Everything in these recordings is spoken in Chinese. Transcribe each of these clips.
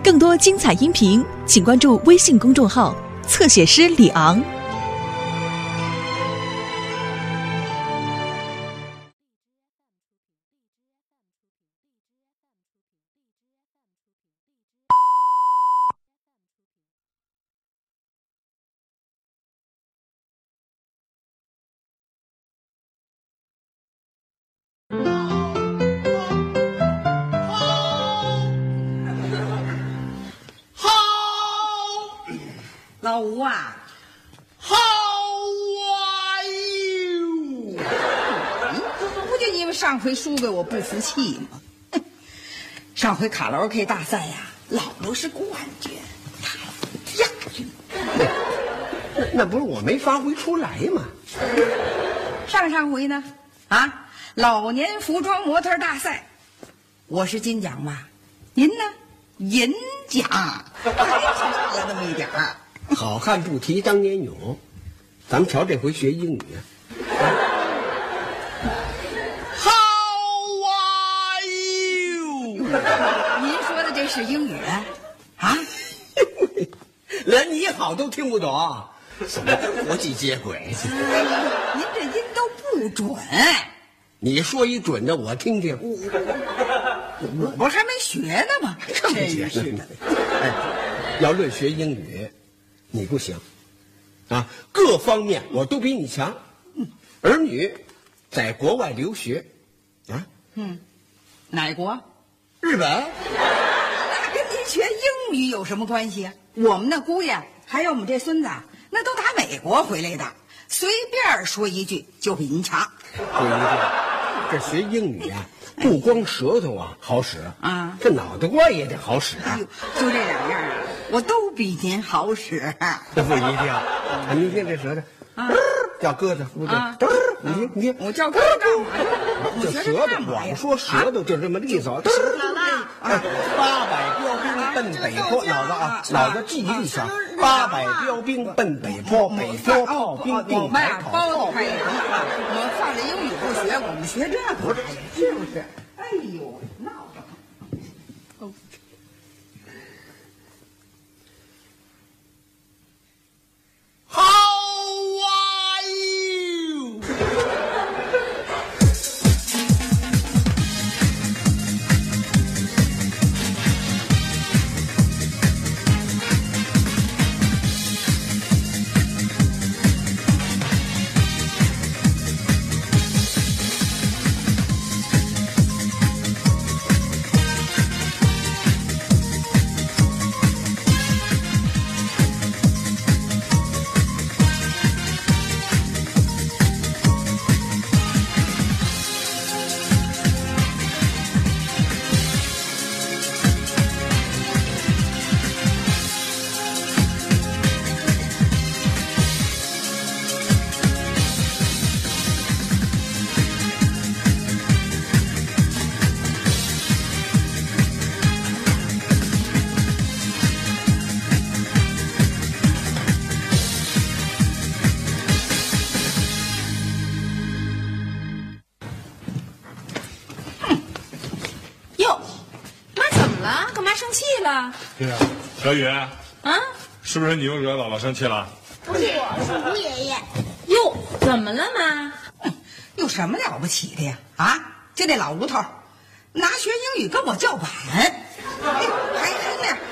更多精彩音频，请关注微信公众号“侧写师李昂”。 老吴啊， 好啊哟！ 不就因为上回输给我不服气吗？上回卡拉 OK 大赛呀，老罗是冠军，他亚军。 那不是我没发挥出来吗？ 上回呢？啊，老年服装模特大赛，我是金奖吧？您呢？银奖，还差了那么一点儿。 好汉不提当年勇，咱们瞧这回学英语。好啊哟！ 您说的这是英语啊？ 连你好都听不懂，什么国际接轨？ 您这音都不准。 你说一准的，我听听。 我还没学呢嘛，真是的。 哎，要论学英语，你不行，啊，各方面我都比你强。儿女在国外留学，啊， 哪国？ 日本。 那跟您学英语有什么关系啊？我们那姑爷还有我们这孙子，那都打美国回来的，随便说一句就比您强。 说一句，这学英语啊，不光舌头啊好使啊， 这脑袋瓜也得好使啊。 哎呦，就这两样啊，我都比您好使。 这不一定，你听这舌头，叫鸽子，不对，你听， 我叫鸽子干嘛呀？ 这舌头，光说舌头就这么利索。800标兵奔北坡，老子记忆力强。800标兵奔北坡，北坡炮兵并排跑。 包太阳啊！我们放着英语不学，我们学这个，是不是？哎呦，闹腾！ 好啊哟！ 对呀，小雨啊，是不是你又惹姥姥生气了？ 不是我，是吴爷爷。 哟，怎么了妈？ 有什么了不起的呀？啊，就那老吴头，拿学英语跟我叫板，还那样，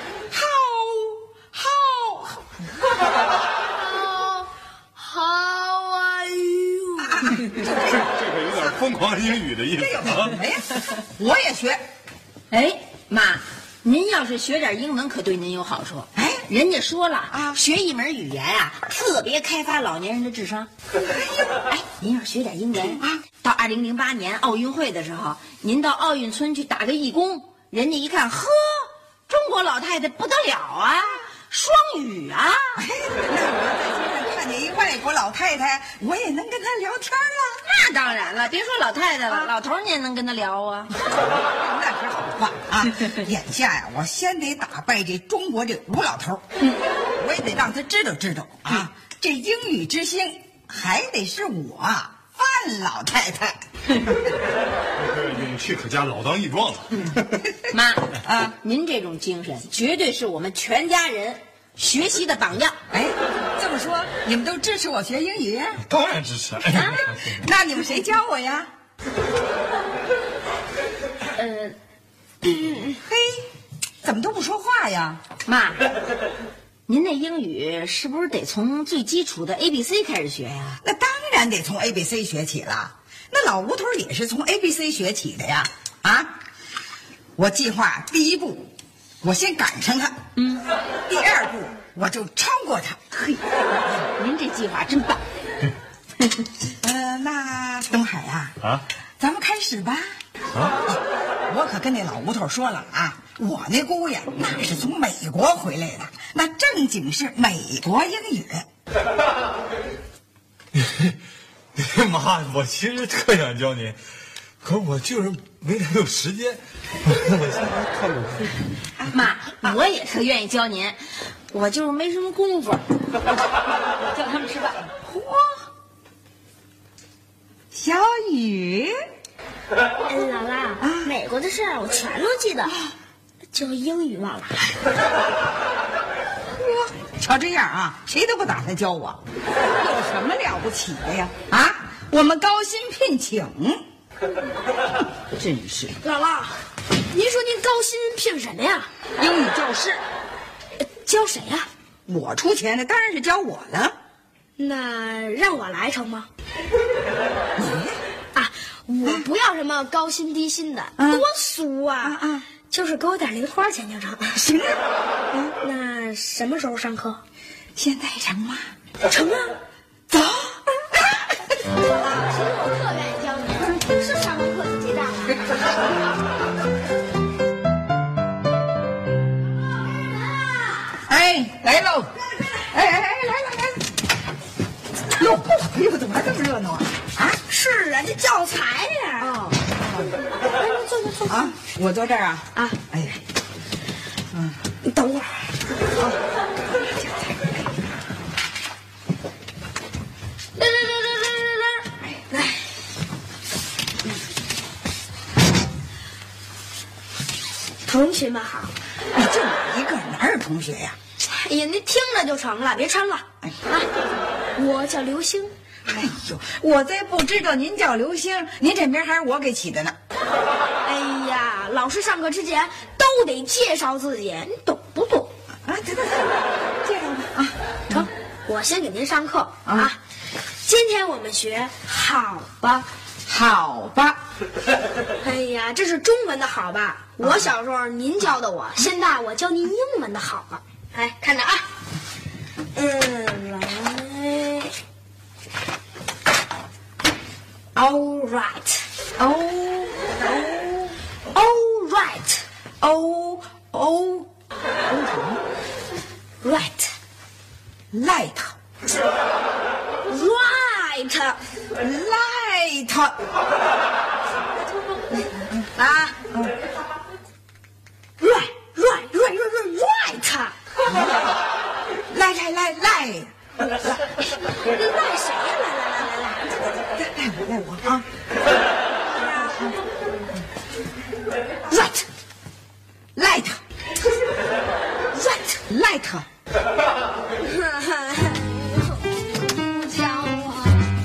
好啊哟！ 这个有点疯狂英语的意思。 这有什么呀？我也学。 哎，妈。您要是学点英文，可对您有好处。哎，人家说了啊，学一门语言啊，特别开发老年人的智商。哎，您要是学点英文啊，到2008年奥运会的时候，您到奥运村去打个义工，人家一看，呵，中国老太太不得了啊，双语啊。 那我在街上看见一外国老太太，我也能跟她聊天了。 那当然了，别说老太太了，老头你也能跟她聊啊。 那是好话啊！眼下呀，我先得打败这中国这吴老头，我也得让他知道啊，这英语之星还得是我范老太太。 勇气可嘉，老当益壮了。 妈， 啊，您这种精神绝对是我们全家人学习的榜样。 哎，这么说你们都支持我学英语？ 当然支持。 那你们谁教我呀？嘿，怎么都不说话呀？ 妈，您那英语是不是得从最基础的 ABC 开始学呀？ 那当然得从 ABC 学起了。那老吴头也是从 ABC 学起的呀。啊，我计划第一步，我先赶上他。第二步，我就超过他。 嘿，您这计划真棒。 那东海啊，咱们开始吧。我可跟那老吴头说了啊，我那姑爷那是从美国回来的，那正经是美国英语。 妈，我其实特想教您，可我就是没太有时间。我现在看着书。 妈，我也特愿意教您，我就是没什么功夫。叫他们吃饭。 嚯，小雨。 姥姥，美国的事儿我全都记得，就英语忘了。 瞧这样啊，谁都不打算教我，有什么了不起的呀？啊，我们高薪聘请，真是。 姥姥，您说您高薪聘什么呀？ 英语教师。 教谁呀？ 我出钱的，当然是教我了。 那让我来成吗？啊，我不要什么高薪低薪的，多俗啊！就是给我点零花钱就成。 行啊。 那什么时候上课？ 现在成吗？ 成啊！ 走。 其实我特愿意教您，平时上课你记大哎，来喽！来了！哟，哎呦，怎么还这么热闹啊？啊， 是啊，这教材呀。 哦， 哎，坐。 啊，我坐这儿啊。 啊， 哎呀， 你等会儿。来，同学们好。 你就我一个，哪有同学呀？ 哎呀，您听着就成了，别掺了。我叫刘星。 哎呦，我才不知道您叫刘星，您这名还是我给起的呢。 哎呀，老师上课之前都得介绍自己，你懂不懂？ 啊，得，介绍吧。啊， 成，我先给您上课啊。今天我们学好吧。 好吧。 哎呀，这是中文的好吧？我小时候您教的我，现在我教您英文的好吧。来看着啊。来。All right. All right. Light. 啊。 Right. 赖谁呀？ 赖我啊。Light. 教我。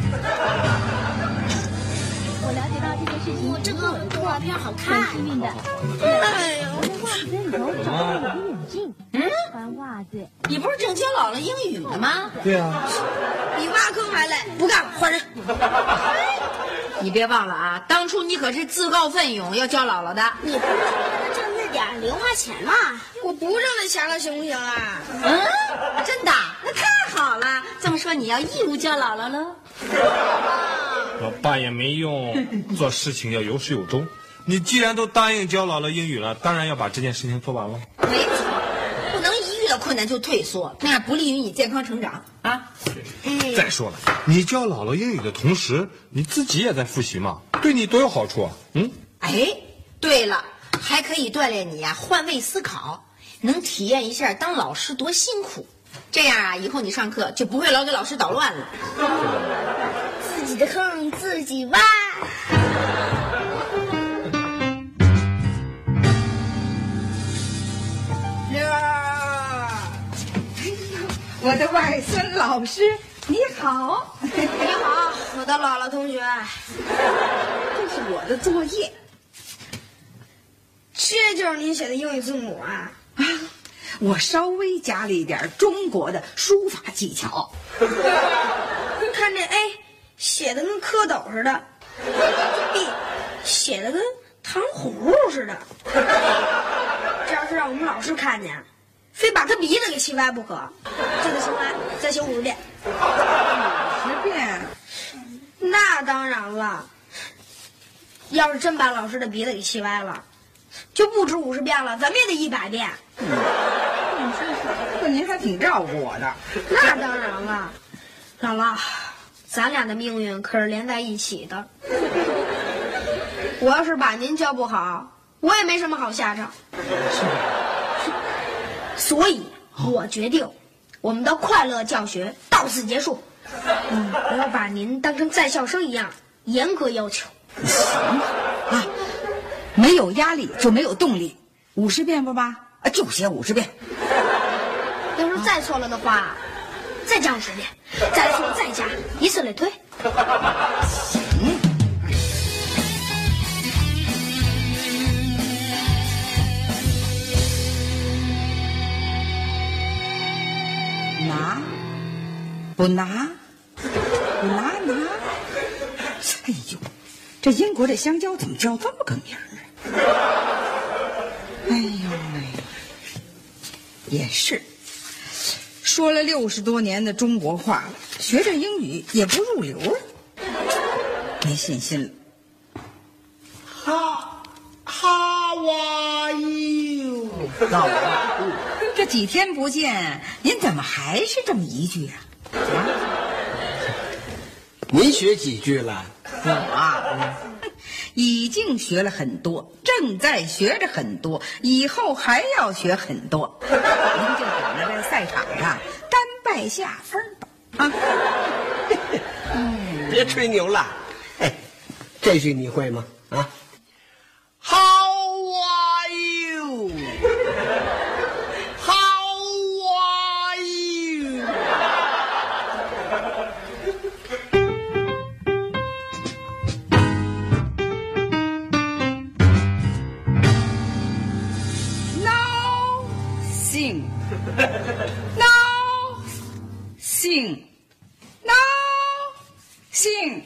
我了解到这件事情， 这个动画片好看。 很幸运的。 哎呦， 袜子里头找到我的眼镜。穿袜子。 你不是正教姥姥英语呢吗？ 对啊。 比挖坑还累，不干了，换人。 你别忘了啊，当初你可是自告奋勇要教姥姥的。 你不是说挣那点零花钱吗？我不挣那钱了，行不行啊？ 真的？那太好了。这么说你要义务教姥姥喽？ 老爸也没用，做事情要有始有终。你既然都答应教姥姥英语了，当然要把这件事情做完了。 没错，不能一遇到困难就退缩，那样不利于你健康成长啊。 再说了，你教姥姥英语的同时，你自己也在复习嘛，对你多有好处啊！ 哎，对了，还可以锻炼你呀，换位思考，能体验一下当老师多辛苦。这样啊，以后你上课就不会老给老师捣乱了。 自己的坑自己挖。 我的外孙老师，你好。 你好，我的姥姥同学。 这是我的作业。 这就是您写的英语字母啊？ 我稍微加了一点中国的书法技巧。 看这 A 写的跟蝌蚪似的，这 B 写的跟糖葫芦似的。这要是让我们老师看见，非把他鼻子给气歪不可。这个行来，再写50遍。 50遍？ 那当然了。要是真把老师的鼻子给气歪了，就不止50遍了，咱们也得100遍。 可您还挺照顾我的。 那当然了，姥姥，咱俩的命运可是连在一起的。我要是把您教不好，我也没什么好下场。所以，我决定，我们的快乐教学到此结束。我要把您当成在校生一样，严格要求。 啊，没有压力就没有动力。50遍不吧？就写50遍。 要是再错了的话，再加50遍，再错再加，以此类推。 拿，不拿，不拿。哎呦，这英国这香蕉怎么叫这么个名儿啊？哎呦喂，也是，说了60多年的中国话了，学这英语也不入流了，没信心了。How are you？ 老王，这几天不见，您怎么还是这么一句啊？ 您学几句了？ 我啊，已经学了很多，正在学着很多，以后还要学很多。您就等着在赛场上甘拜下风吧！啊， 别吹牛了。哎，这句你会吗？啊 ？How are you? How are you? Now sing, now sing, now sing,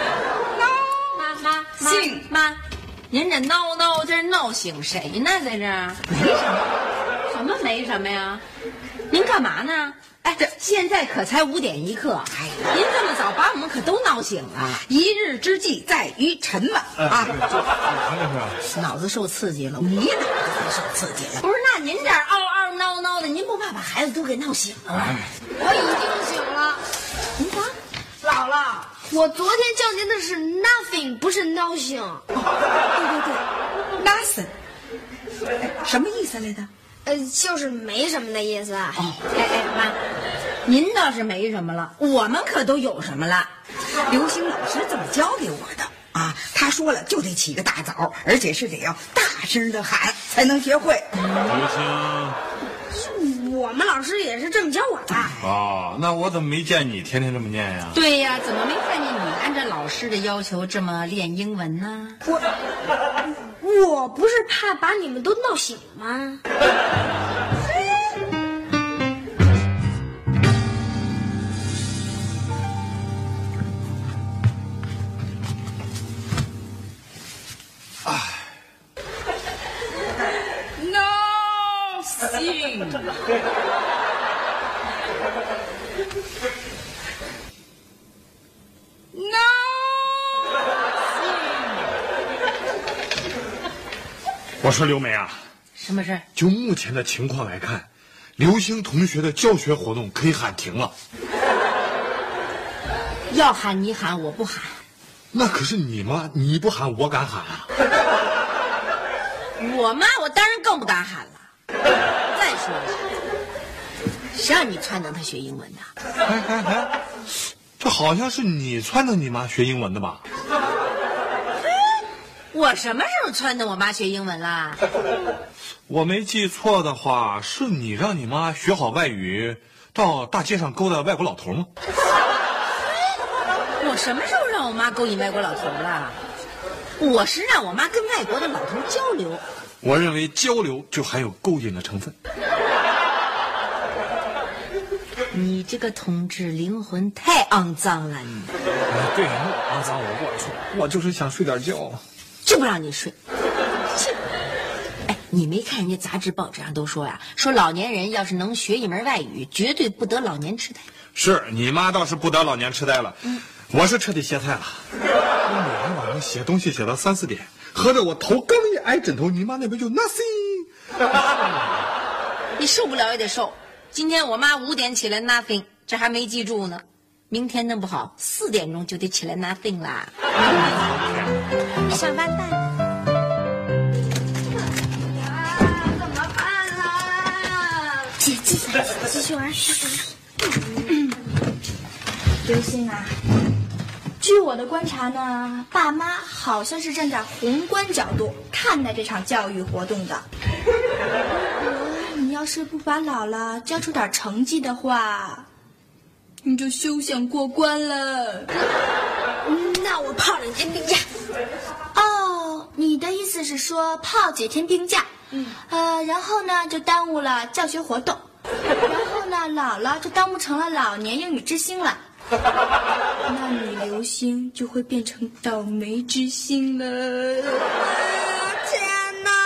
now sing。 妈，您这闹闹这是闹醒谁呢？在这儿没什么， 什么没什么呀？您干嘛呢？哎，这现在可才5点1刻，哎，您这么早把我们可都闹醒了。 一日之计在于晨嘛！啊， 脑子受刺激了， 你哪子受刺激了？ 不是？那您这儿嗷嗷闹闹的，您不怕把孩子都给闹醒了吗？ 我已经醒了。 您看， 姥姥，我昨天叫您的是 nothing， 不是 nothing。 对 ，nothing， 什么意思来的？ 就是没什么的意思啊。 哎，妈，您倒是没什么了，我们可都有什么了。 刘星老师这么教给我的啊，他说了就得起个大早，而且是得要大声的喊才能学会。 刘星。 我们老师也是这么教我的。 哦，那我怎么没见你天天这么念呀？ 对呀，怎么没看见你按照老师的要求这么练英文呢？ 我不是怕把你们都闹醒吗？ Nothing。 我说刘梅啊， 什么事？ 就目前的情况来看，刘星同学的教学活动可以喊停了。 要喊你喊，我不喊。 那可是你妈，你不喊我敢喊啊。 我妈，我当然更不敢喊了。再说了，谁让你撺掇她学英文的？ 哎，这好像是你撺掇你妈学英文的吧？ 我什么时候撺掇我妈学英文啦？ 我没记错的话，是你让你妈学好外语， 到大街上勾搭外国老头吗？ 我什么时候让我妈勾引外国老头了？我是让我妈跟外国的老头交流。 我认为交流就含有勾引的成分。 你这个同志灵魂太肮脏了，你。 对，肮脏我就是想睡点觉， 就不让你睡。哎，你没看人家杂志报纸上都说呀，说老年人要是能学一门外语，绝对不得老年痴呆。 是你妈倒是不得老年痴呆了，我是彻底歇菜了。我每天晚上写东西写到3、4点，合着我头刚一挨枕头，你妈那边就 nothing。 你受不了也得受。今天我妈5点起来 nothing， 这还没记住呢。明天弄不好4点钟就得起来 nothing 啦。上班蛋。 怎么办啊？姐，继续玩。刘星啊，据我的观察呢，爸妈好像是站在宏观角度看待这场教育活动的。你要是不把姥姥教出点成绩的话，你就休想过关了。那我泡2天病假。哦，你的意思是说泡几天病假？然后呢就耽误了教学活动，然后呢姥姥就当不成了老年英语之星了。那你刘星就会变成倒霉之星了。天哪！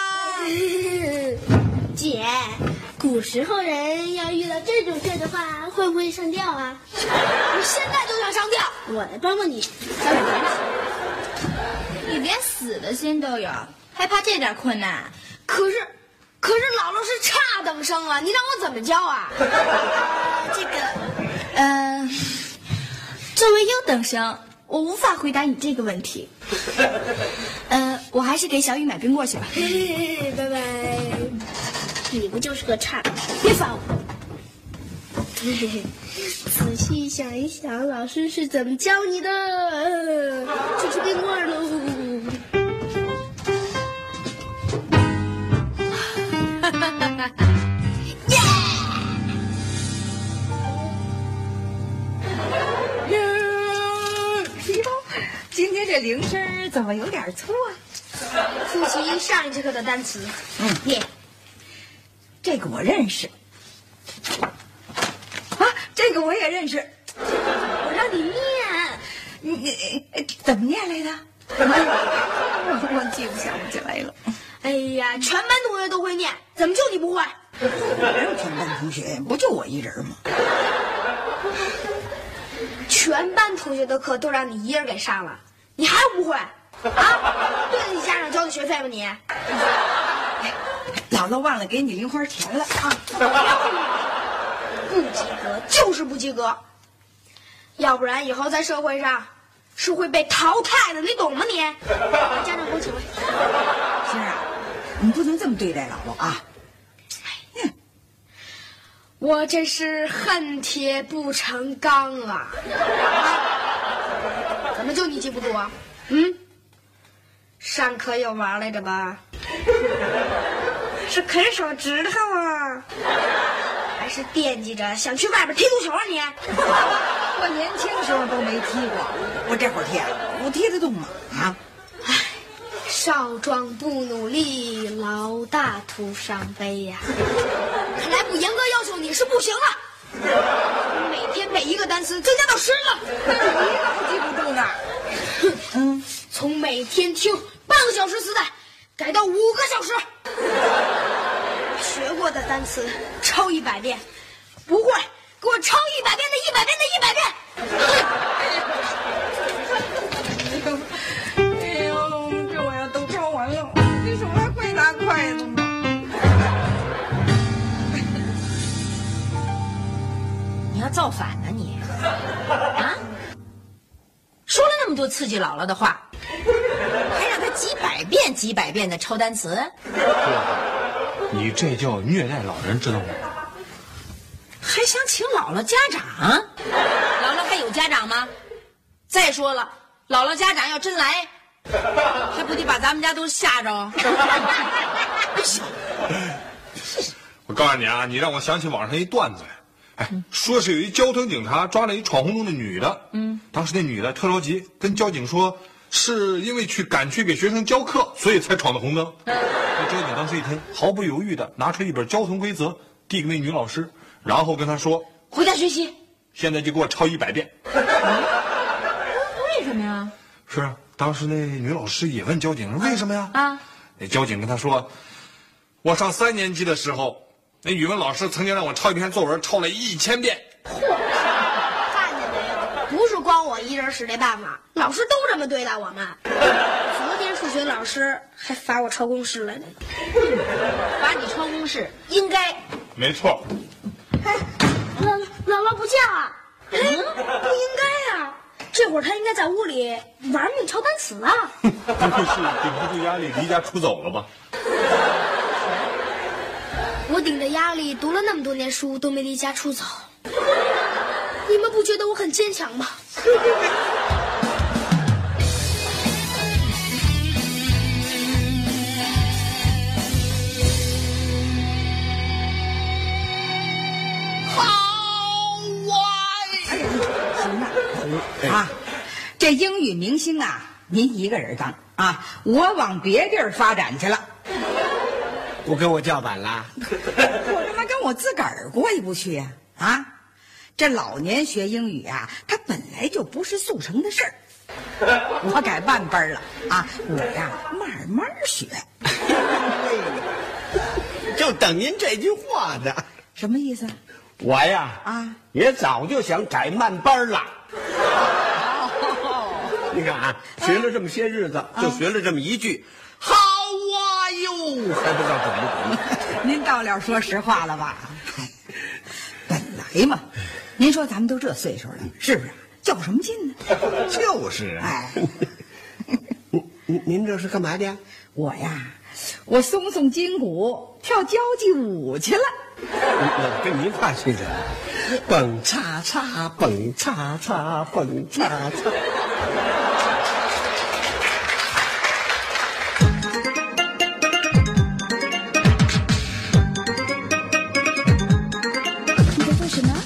姐，古时候人要遇到这种事的话，会不会上吊啊？ 我现在就想上吊。 我来帮帮你。 你连死的心都有，还怕这点困难？可是姥姥是差等生啊，你让我怎么教啊？作为优等生，我无法回答你这个问题。我还是给小雨买冰棍去吧。 拜拜。你不就是个差？别烦我。仔细想一想，老师是怎么教你的？去吃冰棍喽！ 今天这铃声怎么有点粗啊？ 复习上一节课的单词。 念。这个我认识。啊，这个我也认识。 我让你念。 你怎么念来的？我记不想不起来了。 哎呀，全班同学都会念，怎么就你不会？ 哪有全班同学？不就我一人吗？ 全班同学的课都让你一人给上了，你还不会啊？对得起家长交的学费吗你？ 姥姥忘了给你零花钱了啊！ 不及格就是不及格，要不然以后在社会上是会被淘汰的，你懂吗你？把家长给我请来。 星儿啊，你不能这么对待姥姥啊！ 我这是恨铁不成钢啊！怎么就你记不住啊？上课又玩来着吧？是啃手指头啊？还是惦记着想去外边踢足球啊你？ 我年轻时候都没踢过，我这会儿踢，我踢得动吗？啊！ 唉，少壮不努力，老大徒伤悲呀！看来不严格要求你是不行了。每天背一个单词增加到10个， 一个都记不住呢。 从每天听半个小时磁带改到5个小时。学过的单词抄100遍，不会给我抄100遍的100遍的100遍。 哎呦，这我要都抄完了，这手还会拿筷子吗？ 你要造反呢你？啊？说了那么多刺激姥姥的话，还让她几百遍的抄单词。 你这叫虐待老人，知道吗？ 还想请姥姥家长？姥姥还有家长吗？再说了，姥姥家长要真来，还不得把咱们家都吓着？ 我告诉你啊，你让我想起网上一段子， 哎，说是有一交通警察抓了一闯红灯的女的。当时那女的特着急，跟交警说是因为赶去给学生教课，所以才闯的红灯。那交警当时一听，毫不犹豫的拿出一本交通规则递给那女老师，然后跟她说：“ 回家学习， 现在就给我抄100遍。” 为什么呀？ 是啊，当时那女老师也问交警为什么呀？那交警跟她说：“我上3年级的时候，那语文老师曾经让我抄一篇作文，抄了1000遍。” 看见没有？不是光我一人使这办法，老师都这么对待我们。昨天数学老师还罚我抄公式来着。 罚你抄公式，应该。 没错。 哎，姥姥不叫啊？哎，不应该啊！这会儿他应该在屋里玩命抄单词啊。 不会是顶不住压力离家出走了吧？ 我顶着压力读了那么多年书，都没离家出走。你们不觉得我很坚强吗？ 啊，这英语明星啊，您一个人当啊，我往别地儿发展去了。 不跟我叫板了？ 我干嘛跟我自个儿过意不去呀？啊，这老年学英语啊，它本来就不是速成的事儿。我改慢班了啊，我呀慢慢学。 就等您这句话呢。 什么意思？ 我呀也早就想改慢班了。你看啊，学了这么些日子，就学了这么一句，How are you？还不知道准不准。 您到了说实话了吧？本来嘛，您说咱们都这岁数了，是不是？较什么劲呢？ 就是啊。 哎， 您这是干嘛的呀？ 我呀，我松松筋骨，跳交际舞去了。 我跟您一块去的，蹦叉叉，蹦叉叉，蹦叉叉。 你在做什么？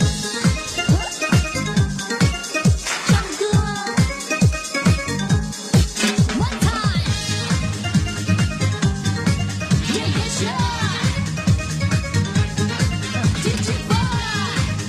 唱歌。One time. Yeah, yeah, sure. DJ boy.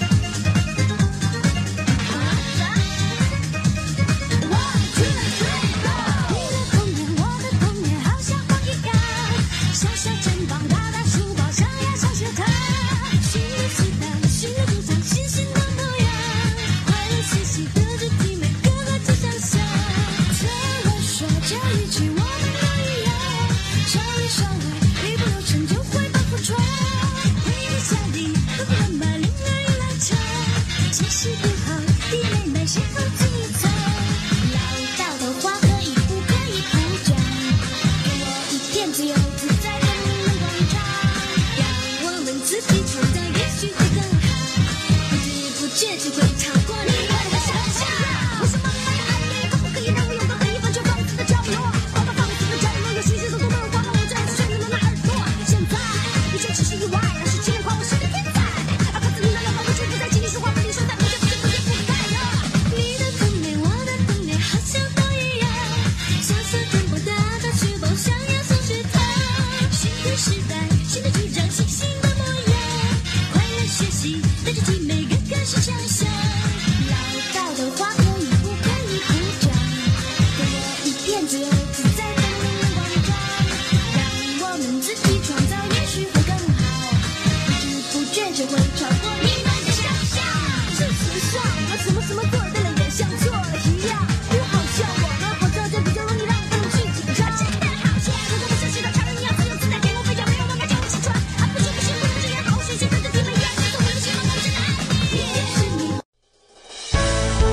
One, two, three, go. 你的童年，我的童年，好像风一样，小小肩膀，大大书包，上呀上学堂。新的时代，新的主场，新新的模样，快乐学习的肢体，每个个都想象。虽然说这一句我们都一样，稍微稍微一不留神就会把破窗。回到家里，不能把铃儿一拉长，其实不好，弟妹妹谁好记仇。老道的话可以不可以不讲？给我一片自由自在的人文广场，让我们自己创造，也许会更好，不知不觉就会超过你我的想象。为什么没有爱你？可不可以让我拥抱可以完全放肆的角落？我把放肆的角落有许许多多的花落在水流的耳朵。现在一切只是意外，让时间夸我是个天才。把自己的浪漫不全部在心里说话，不离说但不见不见不见不改了。你的童年，我的童年，好像都一样，小小肩膀，大大书包，上呀上学堂。新的时代，新的主张，新新的模样，快乐学习的肢体，每个个是强项。老道的话可以不可以不讲？给我一片自由自在的人文广场，让我们自己创造，也许会更好，不知不觉就会超过你们的想象。事实上，我什么什么做对了，也像做了一样，就好像我们活着就比较容易让我们去紧张。真的好像如果不像是个超人一样自由自在，天空飞翔，没有妈妈叫我起床，啊不行不行，不能这样，好好学习的肢体，每个人都会希望我真的爱你，也是你。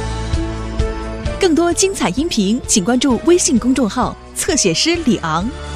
更多精彩音频，请关注微信公众号“侧写师李昂”。